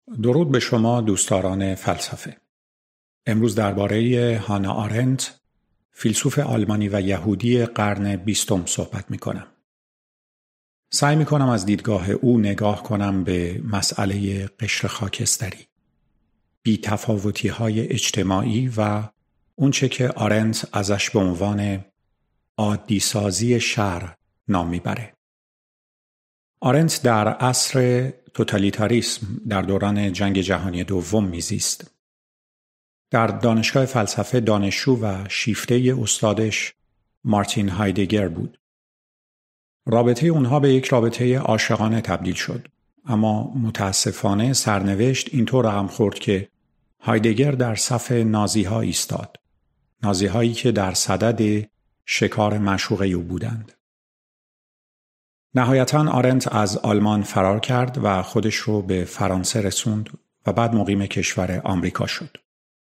درود به شما دوستداران فلسفه. امروز درباره هانا آرنت، فیلسوف آلمانی و یهودی قرن 20 صحبت می کنم. سعی می کنم از دیدگاه او نگاه کنم به مسئله قشر خاکستری، بی‌تفاوتی‌های اجتماعی و اونچه که آرنت ازش به عنوان عادی‌سازی شر نام میبره. آرنت در عصر توتالیتاریسم در دوران جنگ جهانی دوم میزیست. در دانشگاه فلسفه دانشجو و شیفته استادش مارتین هایدگر بود. رابطه اونها به یک رابطه عاشقانه تبدیل شد، اما متاسفانه سرنوشت اینطور رقم خورد که هایدگر در صف نازی‌ها ایستاد. نازی‌هایی که در صدد شکار معشوقه او بودند. نهایتاً آرنت از آلمان فرار کرد و خودش رو به فرانسه رسوند و بعد مقیم کشور آمریکا شد.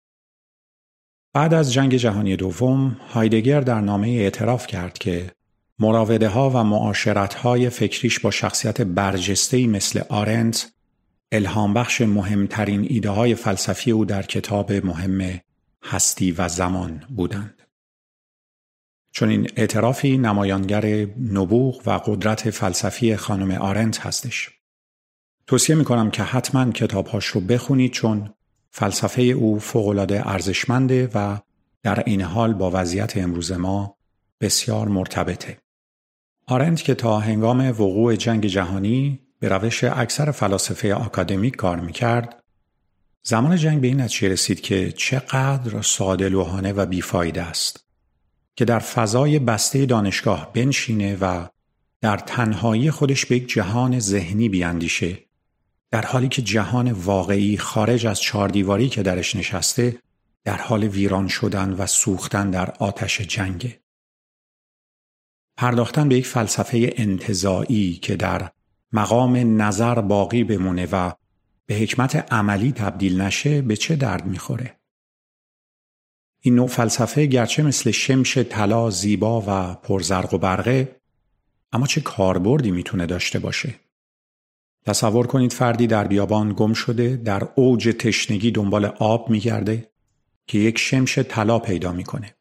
بعد از جنگ جهانی دوم، هایدگر در نامه اعتراف کرد که مراوده‌ها و معاشرت‌های فکریش با شخصیت برجسته‌ای مثل آرنت الهام بخش مهمترین ایده‌های فلسفی او در کتاب مهم هستی و زمان بودند. چون این اعترافی نمایانگر نبوغ و قدرت فلسفی خانم آرنت هستش. توصیه می‌کنم که حتما کتابهاش رو بخونید، چون فلسفه او فوق‌العاده ارزشمنده و در عین حال با وضعیت امروز ما بسیار مرتبطه. آرنت که تا هنگام وقوع جنگ جهانی به روش اکثر فلاسفه آکادمیک کار می‌کرد، زمان جنگ به این نتیجه رسید که چقدر ساده‌لوحانه و بیفایده است که در فضای بسته دانشگاه بنشینه و در تنهایی خودش به یک جهان ذهنی بیاندیشه، در حالی که جهان واقعی خارج از چهاردیواری که درش نشسته در حال ویران شدن و سوختن در آتش جنگه. پرداختن به یک فلسفه انتزاعی که در مقام نظر باقی بمونه و به حکمت عملی تبدیل نشه به چه درد میخوره؟ این نوع فلسفه گرچه مثل شمش طلا زیبا و پرزرق و برقه، اما چه کاربردی میتونه داشته باشه؟ تصور کنید فردی در بیابان گم شده، در اوج تشنگی دنبال آب میگرده که یک شمش طلا پیدا میکنه.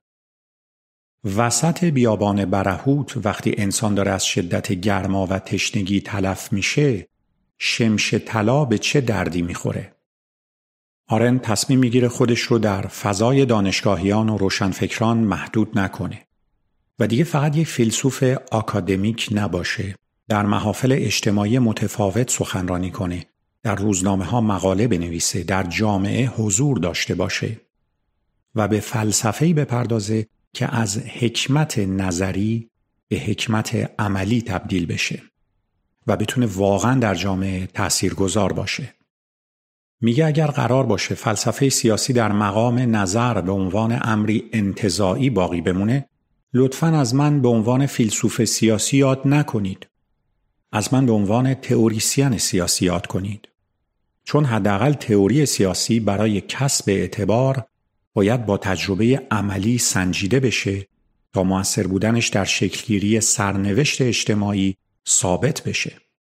وسط بیابان برهوت وقتی انسان داره از شدت گرما و تشنگی تلف میشه، شمش طلا به چه دردی میخوره؟ آرنت تصمیم میگیره خودش رو در فضای دانشگاهیان و روشنفکران محدود نکنه و دیگه فقط یک فیلسوف آکادمیک نباشه، در محافل اجتماعی متفاوت سخنرانی کنه، در روزنامه‌ها مقاله بنویسه، در جامعه حضور داشته باشه و به فلسفه‌ای بپردازه که از حکمت نظری به حکمت عملی تبدیل بشه و بتونه واقعاً در جامعه تاثیرگذار باشه. میگه اگر قرار باشه فلسفه سیاسی در مقام نظر به عنوان امری انتزاعی باقی بمونه، لطفاً از من به عنوان فیلسوف سیاسی یاد نکنید. از من به عنوان تئوریسین سیاسی یاد کنید. چون حداقل تئوری سیاسی برای کسب اعتبار باید با تجربه عملی سنجیده بشه تا مؤثر بودنش در شکلگیری سرنوشت اجتماعی ثابت بشه.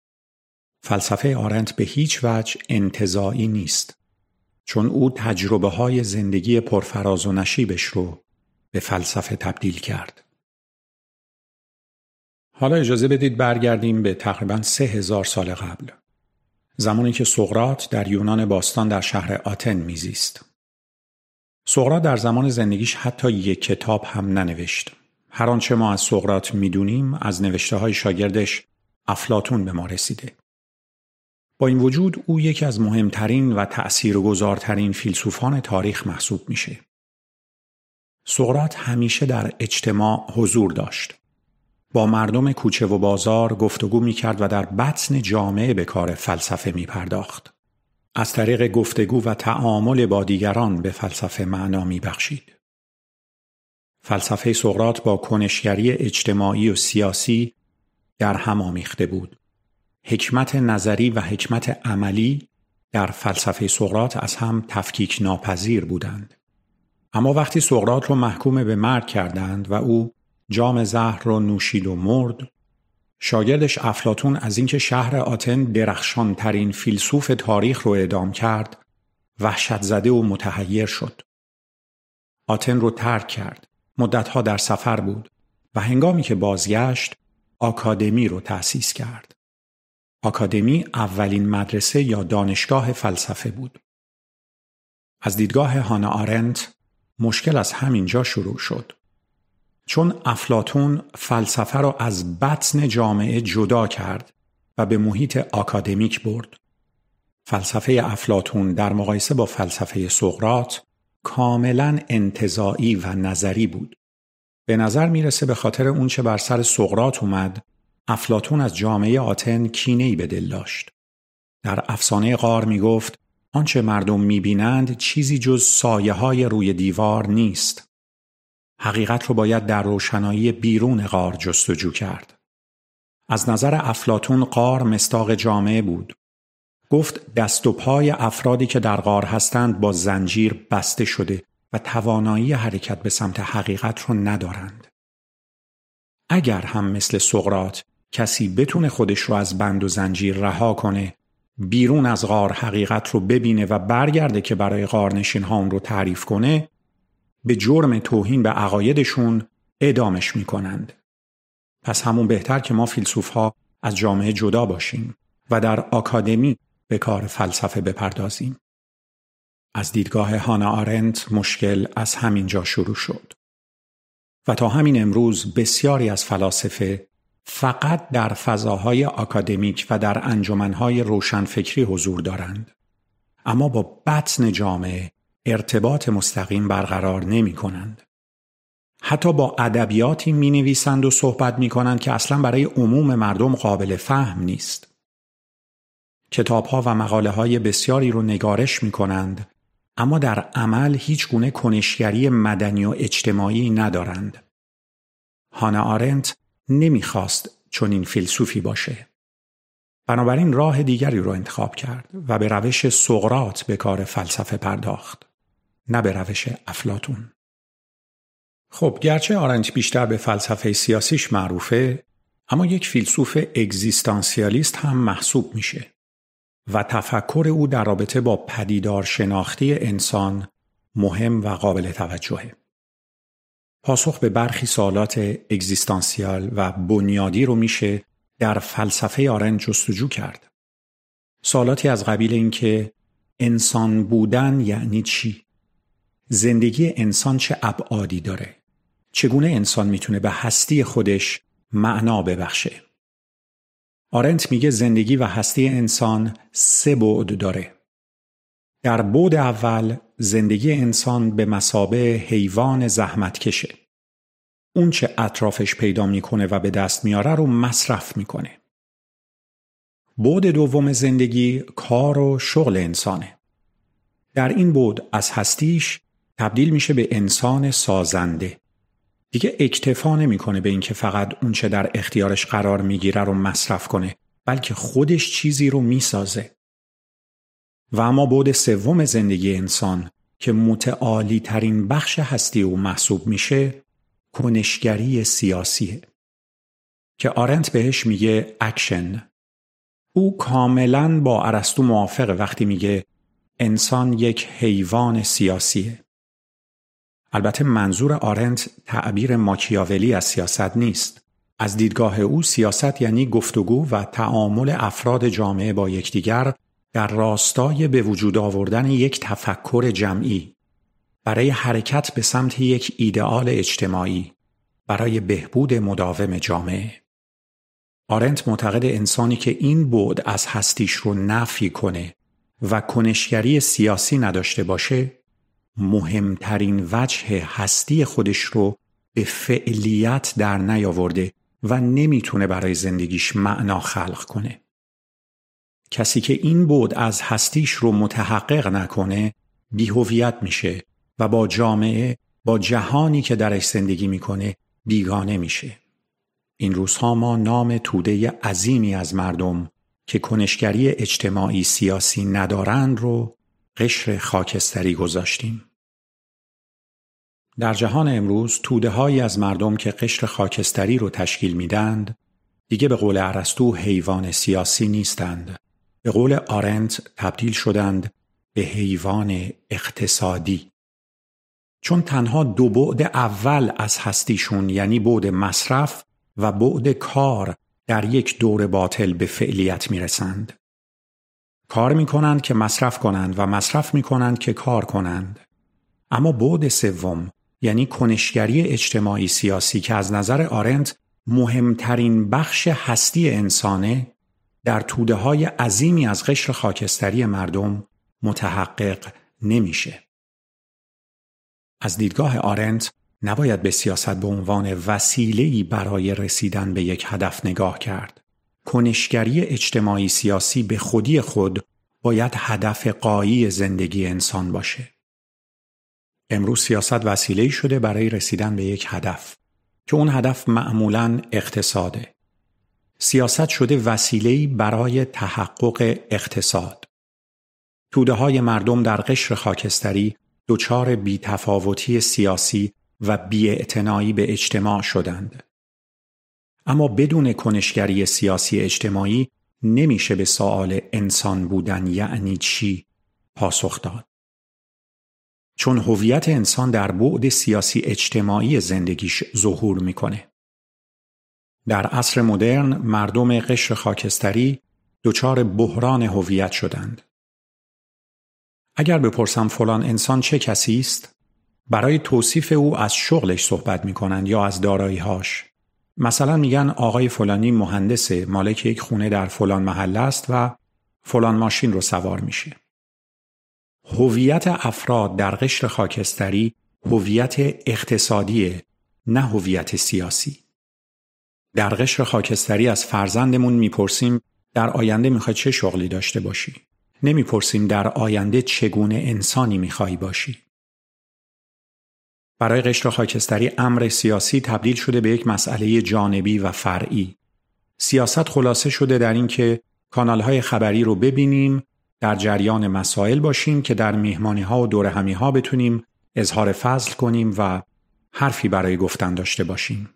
فلسفه آرنت به هیچ وجه انتزاعی نیست، چون او تجربه‌های زندگی پرفراز و نشیبش رو به فلسفه تبدیل کرد. حالا اجازه بدید برگردیم به تقریباً 3000 سال قبل، زمانی که سقراط در یونان باستان در شهر آتن میزیست. سقراط در زمان زندگیش حتی یک کتاب هم ننوشت. هر آنچه ما از سقراط میدونیم از نوشته‌های شاگردش افلاطون به ما رسیده. با این وجود او یکی از مهمترین و تأثیرگذارترین فیلسوفان تاریخ محسوب میشه. سقراط همیشه در اجتماع حضور داشت. با مردم کوچه و بازار گفتگو میکرد و در بطن جامعه به کار فلسفه میپرداخت. از طریق گفتگو و تعامل با دیگران به فلسفه معنا میبخشید. فلسفه سقراط با کنشگری اجتماعی و سیاسی در هم آمیخته بود. حکمت نظری و حکمت عملی در فلسفه سقراط از هم تفکیک ناپذیر بودند. اما وقتی سقراط رو محکوم به مرگ کردند و او جام زهر را نوشید و مرد، شاگردش افلاطون از اینکه شهر آتن درخشانترین فیلسوف تاریخ رو اعدام کرد، وحشت زده و متحیر شد. آتن رو ترک کرد. مدتها در سفر بود و هنگامی که بازگشت، آکادمی رو تأسیس کرد. آکادمی اولین مدرسه یا دانشگاه فلسفه بود. از دیدگاه هانا آرنت مشکل از همینجا شروع شد. چون افلاطون فلسفه را از بطن جامعه جدا کرد و به محیط آکادمیک برد. فلسفه افلاطون در مقایسه با فلسفه سقراط کاملاً انتزاعی و نظری بود. به نظر میرسه به خاطر اون چه بر سر سقراط اومد، افلاطون از جامعه آتن کینه‌ای به دل داشت. در افسانه غار میگفت آنچه مردم میبینند چیزی جز سایه‌های روی دیوار نیست. حقیقت رو باید در روشنایی بیرون غار جستجو کرد. از نظر افلاطون غار مصداق جامعه بود. گفت دست و پای افرادی که در غار هستند با زنجیر بسته شده و توانایی حرکت به سمت حقیقت رو ندارند. اگر هم مثل سقراط کسی بتونه خودش رو از بند و زنجیر رها کنه، بیرون از غار حقیقت رو ببینه و برگرده که برای غارنشین ها اون رو تعریف کنه، به جرم توهین به عقایدشون اعدامش میکنند. پس همون بهتر که ما فیلسوف ها از جامعه جدا باشیم و در آکادمی به کار فلسفه بپردازیم. از دیدگاه هانا آرنت مشکل از همینجا شروع شد. و تا همین امروز بسیاری از فلاسفه فقط در فضاهای آکادمیک و در انجمنهای روشنفکری حضور دارند، اما با بطن جامعه ارتباط مستقیم برقرار نمی کنند. حتی با ادبیاتی می نویسند و صحبت می کنند که اصلا برای عموم مردم قابل فهم نیست. کتابها و مقاله های بسیاری رو نگارش می کنند، اما در عمل هیچ گونه کنشگری مدنی و اجتماعی ندارند. هانا آرنت نمیخواست چنین فیلسوفی باشه. بنابراین راه دیگری رو انتخاب کرد و به روش سقراط به کار فلسفه پرداخت، نه به روش افلاطون. خب گرچه آرنت بیشتر به فلسفه سیاسیش معروفه، اما یک فیلسوف اگزیستانسیالیست هم محسوب میشه و تفکر او در رابطه با پدیدار شناختی انسان مهم و قابل توجهه. پاسخ به برخی سوالات اگزیستانسیال و بنیادی رو میشه در فلسفه آرنت جستجو کرد. سوالاتی از قبیل این که انسان بودن یعنی چی؟ زندگی انسان چه ابعادی داره؟ چگونه انسان میتونه به هستی خودش معنا ببخشه؟ آرنت میگه زندگی و هستی انسان 3 بعد داره. در بعد اول زندگی انسان به مثابه حیوان زحمتکشه. اون چه اطرافش پیدا میکنه و به دست میاره رو مصرف میکنه. بعد دوم زندگی کار و شغل انسانه. در این بعد از هستیش تبدیل میشه به انسان سازنده. دیگه اکتفا نمیکنه به اینکه فقط اون چه در اختیارش قرار میگیره رو مصرف کنه، بلکه خودش چیزی رو میسازه. و اما بعد سوم زندگی انسان که متعالی ترین بخش هستی او محسوب میشه، کنشگری سیاسیه که آرنت بهش میگه اکشن. او کاملاً با ارسطو موافقه وقتی میگه انسان یک حیوان سیاسیه. البته منظور آرنت تعبیر ماکیاولی از سیاست نیست. از دیدگاه او سیاست یعنی گفتگو و تعامل افراد جامعه با یکدیگر در راستای به وجود آوردن یک تفکر جمعی برای حرکت به سمت یک ایدئال اجتماعی برای بهبود مداوم جامعه. آرنت معتقد انسانی که این بعد از هستیش رو نفی کنه و کنشگری سیاسی نداشته باشه، مهمترین وجه هستی خودش رو به فعلیت در نیاورده و نمیتونه برای زندگیش معنا خلق کنه. کسی که این بعد از هستیش رو متحقق نکنه بی‌هویت میشه و با جامعه، با جهانی که درش زندگی میکنه بیگانه میشه. این روزها ما نام توده عظیمی از مردم که کنشگری اجتماعی سیاسی ندارند رو قشر خاکستری گذاشتیم. در جهان امروز توده‌هایی از مردم که قشر خاکستری رو تشکیل میدند دیگه به قول ارسطو حیوان سیاسی نیستند. به قول آرنت تبدیل شدند به حیوان اقتصادی. چون تنها دو بعد اول از هستیشون، یعنی بعد مصرف و بعد کار، در یک دور باطل به فعلیت میرسند. کار میکنند که مصرف کنند و مصرف میکنند که کار کنند. اما بعد سوم، یعنی کنشگری اجتماعی سیاسی که از نظر آرنت مهمترین بخش هستی انسانه، در توده‌های عظیمی از قشر خاکستری مردم متحقق نمیشه. از دیدگاه آرنت نباید به سیاست به عنوان وسیله‌ای برای رسیدن به یک هدف نگاه کرد. کنشگری اجتماعی سیاسی به خودی خود باید هدف غایی زندگی انسان باشه. امروز سیاست وسیله‌ای شده برای رسیدن به یک هدف که اون هدف معمولاً اقتصاده. سیاست شده وسیله‌ای برای تحقق اقتصاد. توده‌های مردم در قشر خاکستری دچار بی‌تفاوتی سیاسی و بی‌اعتنایی به اجتماع شدند. اما بدون کنشگری سیاسی اجتماعی نمیشه به سوال انسان بودن یعنی چی پاسخ داد. چون هویت انسان در بعد سیاسی اجتماعی زندگیش ظهور میکنه. در عصر مدرن مردم قشر خاکستری دچار بحران هویت شدند. اگر بپرسم فلان انسان چه کسی است، برای توصیف او از شغلش صحبت میکنند یا از دارایی‌هاش. مثلا میگن آقای فلانی مهندس، مالک یک خونه در فلان محله است و فلان ماشین رو سوار میشه. هویت افراد در قشر خاکستری هویت اقتصادیه، نه هویت سیاسی. در قشر خاکستری از فرزندمون میپرسیم در آینده میخوای چه شغلی داشته باشی؟ نمیپرسیم در آینده چگونه انسانی میخوای باشی. برای قشر خاکستری امر سیاسی تبدیل شده به یک مسئله جانبی و فرعی. سیاست خلاصه شده در این که کانال‌های خبری رو ببینیم، در جریان مسائل باشیم که در میهمانی‌ها و دور همی‌ها بتونیم اظهار فضل کنیم و حرفی برای گفتن داشته باشیم.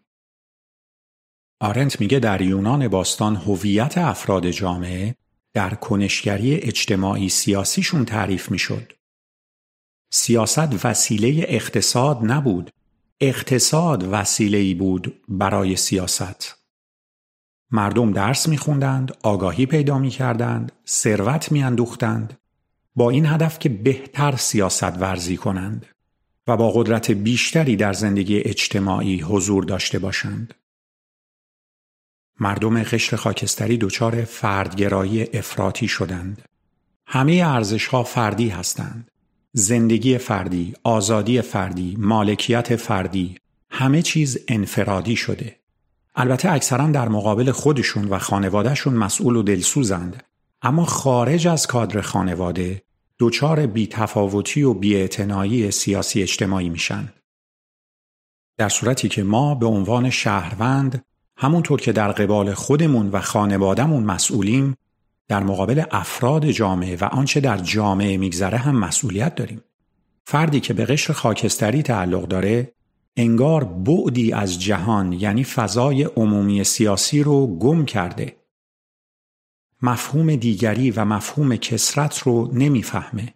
آرنت میگه در یونان باستان هویت افراد جامعه در کنشگری اجتماعی سیاسیشون تعریف میشد. سیاست وسیله اقتصاد نبود، اقتصاد وسیله‌ای بود برای سیاست. مردم درس می‌خوندند، آگاهی پیدا می‌کردند، ثروت می‌اندوختند با این هدف که بهتر سیاست ورزی کنند و با قدرت بیشتری در زندگی اجتماعی حضور داشته باشند. مردم قشر خاکستری دچار فردگرایی افراطی شدند. همه ارزش‌ها فردی هستند. زندگی فردی، آزادی فردی، مالکیت فردی، همه چیز انفرادی شده. البته اکثرا در مقابل خودشون و خانوادهشون مسئول و دلسوزند، اما خارج از کادر خانواده دچار بی‌تفاوتی و بی‌اعتنایی سیاسی اجتماعی میشن. در صورتی که ما به عنوان شهروند همونطور که در قبال خودمون و خانوادهمون مسئولیم، در مقابل افراد جامعه و آنچه در جامعه میگذره هم مسئولیت داریم. فردی که به قشر خاکستری تعلق داره انگار بعدی از جهان یعنی فضای عمومی سیاسی رو گم کرده. مفهوم دیگری و مفهوم کثرت رو نمیفهمه.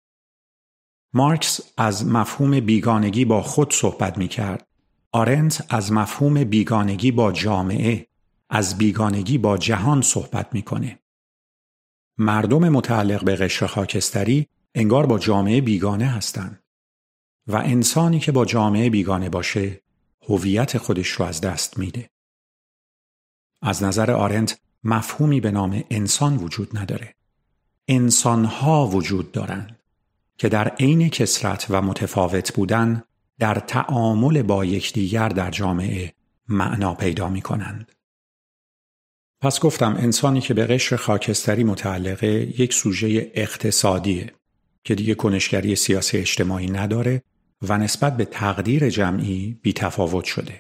مارکس از مفهوم بیگانگی با خود صحبت میکرد. آرنت از مفهوم بیگانگی با جامعه، از بیگانگی با جهان صحبت میکنه. مردم متعلق به قشر خاکستری انگار با جامعه بیگانه هستند و انسانی که با جامعه بیگانه باشه هویت خودش رو از دست میده. از نظر آرنت مفهومی به نام انسان وجود نداره. انسانها وجود دارند که در عین کثرت و متفاوت بودن در تعامل با یکدیگر در جامعه معنا پیدا می کنند. پس گفتم انسانی که به قشر خاکستری متعلقه یک سوژه اقتصادیه که دیگه کنشگری سیاسی اجتماعی نداره و نسبت به تقدیر جمعی بی‌تفاوت شده.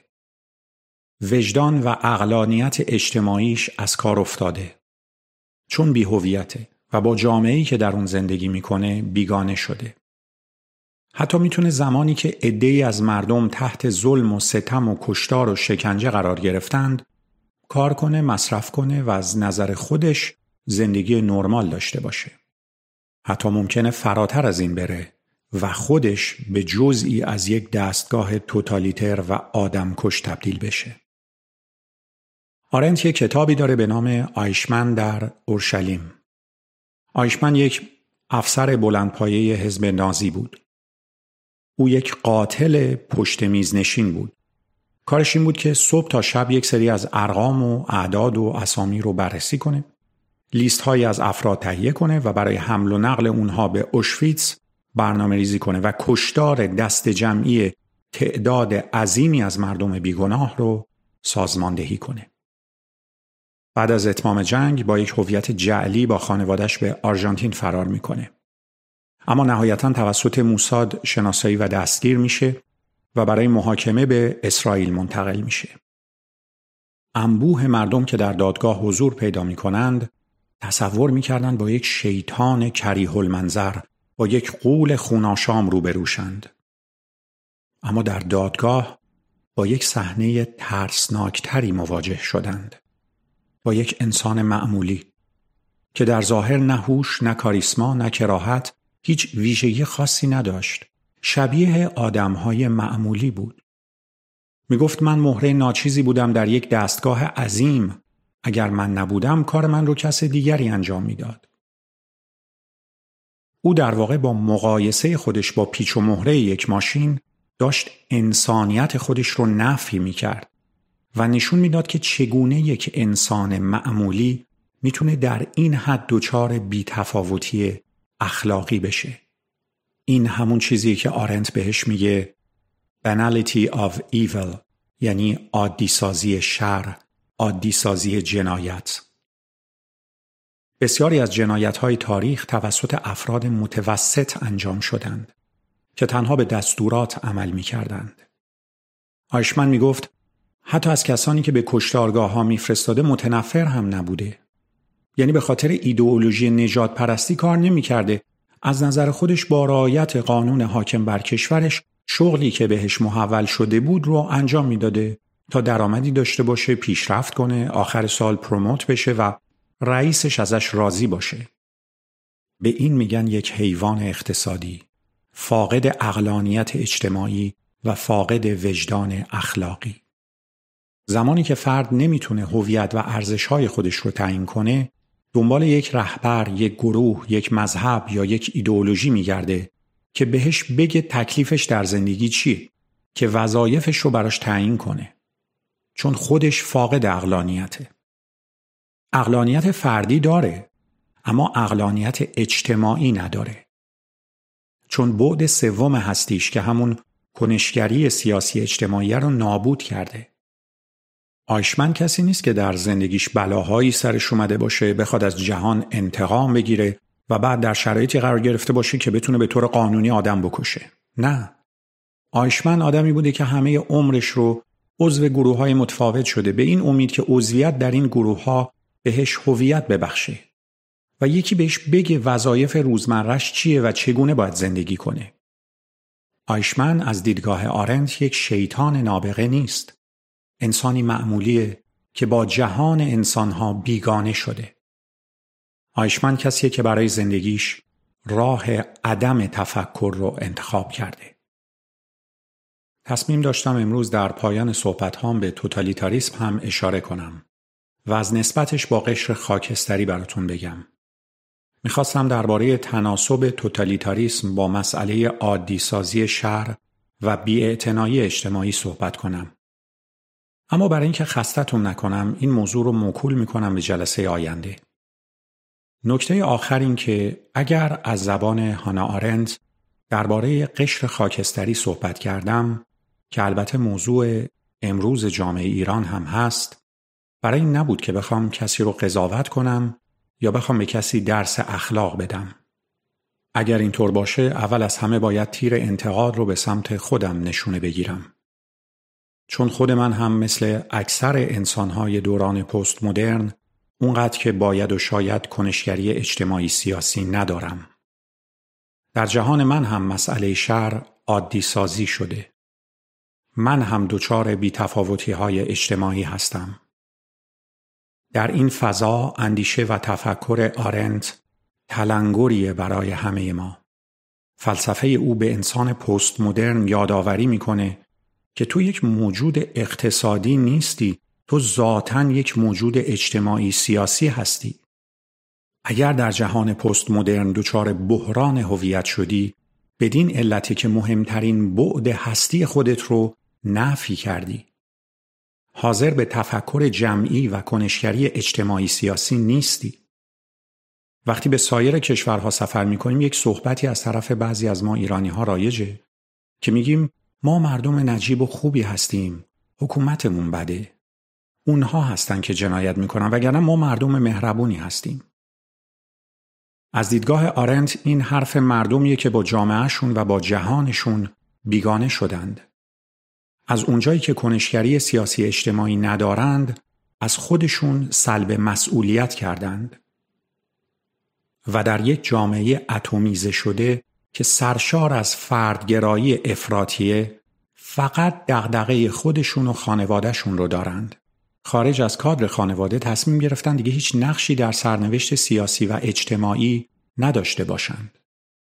وجدان و عقلانیت اجتماعیش از کار افتاده. چون بی‌هویته و با جامعه‌ای که در اون زندگی میکنه بیگانه شده. حتی میتونه زمانی که عده‌ای از مردم تحت ظلم و ستم و کشتار و شکنجه قرار گرفتند، کار کنه، مصرف کنه و از نظر خودش زندگی نرمال داشته باشه. حتی ممکنه فراتر از این بره و خودش به جزئی از یک دستگاه توتالیتر و آدمکش تبدیل بشه. آرنت یک کتابی داره به نام آیشمن در اورشلیم. آیشمن یک افسر بلندپایه حزب نازی بود. او یک قاتل پشت میز نشین بود. کارش این بود که صبح تا شب یک سری از ارقام و اعداد و اسامی رو بررسی کنه، لیست هایی از افراد تهیه کنه و برای حمل و نقل اونها به اوشویتس برنامه ریزی کنه و کشتار دست جمعی تعداد عظیمی از مردم بیگناه رو سازماندهی کنه. بعد از اتمام جنگ با یک هویت جعلی با خانواده‌اش به آرژانتین فرار میکنه. اما نهایتاً توسط موساد شناسایی و دستگیر میشه و برای محاکمه به اسرائیل منتقل میشه. انبوه مردم که در دادگاه حضور پیدا میکنند تصور میکردند با یک شیطان کریه المنظر، با یک غول خوناشام روبروشند. اما در دادگاه با یک صحنه ترسناکتری مواجه شدند. با یک انسان معمولی که در ظاهر نه هوش، نه کاریسما، نه کراهت، هیچ ویژگی خاصی نداشت. شبیه آدمهای معمولی بود. میگفت من مهره ناچیزی بودم در یک دستگاه عظیم. اگر من نبودم کار من رو کس دیگری انجام میداد. او در واقع با مقایسه خودش با پیچ و مهره یک ماشین داشت انسانیت خودش رو نفی میکرد و نشون میداد که چگونه یک انسان معمولی میتونه در این حد دچار بی‌تفاوتی اخلاقی بشه. این همون چیزیه که آرنت بهش میگه banality of evil، یعنی عادی سازی شر، عادی سازی جنایت. بسیاری از جنایت‌های تاریخ توسط افراد متوسط انجام شدند که تنها به دستورات عمل می‌کردند. آیشمن میگفت حتی از کسانی که به کشتارگاه‌ها میفرستاده متنفر هم نبوده. یعنی به خاطر ایدئولوژی نژاد پرستی کار نمی‌کرده. از نظر خودش با رعایت قانون حاکم بر کشورش شغلی که بهش محول شده بود رو انجام میداده تا درآمدی داشته باشه، پیشرفت کنه، آخر سال پروموت بشه و رئیسش ازش راضی باشه. به این میگن یک حیوان اقتصادی، فاقد عقلانیت اجتماعی و فاقد وجدان اخلاقی. زمانی که فرد نمیتونه هویت و ارزش‌های خودش رو تعیین کنه، دنبال یک رهبر، یک گروه، یک مذهب یا یک ایدئولوژی میگرده که بهش بگه تکلیفش در زندگی چیه، که وظایفش رو براش تعیین کنه. چون خودش فاقد عقلانیته. عقلانیت فردی داره، اما عقلانیت اجتماعی نداره. چون بعد سوم هستیش که همون کنشگری سیاسی اجتماعی رو نابود کرده. آیشمن کسی نیست که در زندگیش بلاهایی سرش اومده باشه، بخواد از جهان انتقام بگیره و بعد در شرایطی قرار گرفته باشه که بتونه به طور قانونی آدم بکشه. نه. آیشمن آدمی بوده که همه عمرش رو عضو گروه‌های متفاوت شده به این امید که عضویت در این گروه‌ها بهش هویت ببخشه و یکی بهش بگه وظایف روزمره‌اش چیه و چگونه باید زندگی کنه. آیشمن از دیدگاه آرنت یک شیطان نابغه نیست. انسانی معمولیه که با جهان انسانها بیگانه شده. آیشمن کسیه که برای زندگیش راه عدم تفکر رو انتخاب کرده. تصمیم داشتم امروز در پایان صحبت‌هام به توتالیتاریسم هم اشاره کنم و از نسبتش با قشر خاکستری براتون بگم. میخواستم درباره تناسب توتالیتاریسم با مسئله عادی سازی شر و بی‌اعتنایی اجتماعی صحبت کنم. اما برای اینکه خستتون نکنم این موضوع رو موکول میکنم به جلسه آینده. نکته آخر این که اگر از زبان هانا آرنت درباره قشر خاکستری صحبت کردم که البته موضوع امروز جامعه ایران هم هست، برای این نبود که بخوام کسی رو قضاوت کنم یا بخوام به کسی درس اخلاق بدم. اگر اینطور باشه اول از همه باید تیر انتقاد رو به سمت خودم نشونه بگیرم. چون خود من هم مثل اکثر انسانهای دوران پست مدرن اونقدر که باید و شاید کنشگری اجتماعی سیاسی ندارم. در جهان من هم مسئله شر عادی سازی شده. من هم دچار بی‌تفاوتی‌های اجتماعی هستم. در این فضا اندیشه و تفکر آرنت تلنگریه برای همه ما. فلسفه او به انسان پست مدرن یادآوری میکنه که تو یک موجود اقتصادی نیستی، تو ذاتاً یک موجود اجتماعی سیاسی هستی. اگر در جهان پست مدرن دچار بحران هویت شدی، بدین علتی که مهمترین بعد هستی خودت رو نفی کردی. حاضر به تفکر جمعی و کنشگری اجتماعی سیاسی نیستی. وقتی به سایر کشورها سفر میکنیم یک صحبتی از طرف بعضی از ما ایرانی ها رایجه که میگیم ما مردم نجیب و خوبی هستیم، حکومتمون بده. اونها هستن که جنایت میکنن وگرنه ما مردم مهربونی هستیم. از دیدگاه آرنت این حرف مردمیه که با جامعهشون و با جهانشون بیگانه شدند. از اونجایی که کنشگری سیاسی اجتماعی ندارند، از خودشون سلب مسئولیت کردند. و در یک جامعه اتمیزه شده که سرشار از فردگرایی افراطیه، فقط دغدغه خودشون و خانوادهشون رو دارند. خارج از کادر خانواده تصمیم گرفتن دیگه هیچ نقشی در سرنوشت سیاسی و اجتماعی نداشته باشند.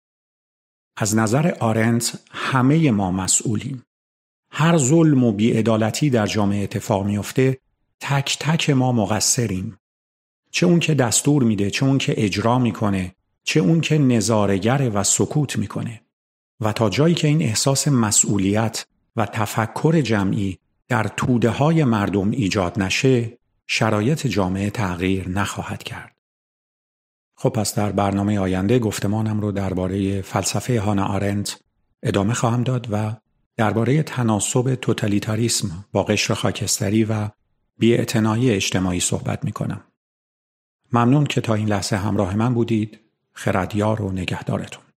از نظر آرنت همه ما مسئولیم. هر ظلم و بی‌عدالتی در جامعه اتفاق میفته، تک تک ما مقصریم. چه اون که دستور میده، چه اون که اجرا میکنه، چه اون که نظاره‌گره و سکوت میکنه. و تا جایی که این احساس مسئولیت و تفکر جمعی در توده‌های مردم ایجاد نشه، شرایط جامعه تغییر نخواهد کرد. خب پس در برنامه آینده گفتمانم رو درباره فلسفه هانا آرنت ادامه خواهم داد و درباره تناسب توتالیتاریسم با قشر خاکستری و بی‌اعتنایی اجتماعی صحبت میکنم. ممنون که تا این لحظه همراه من بودید. خردیار و نگهدارتون.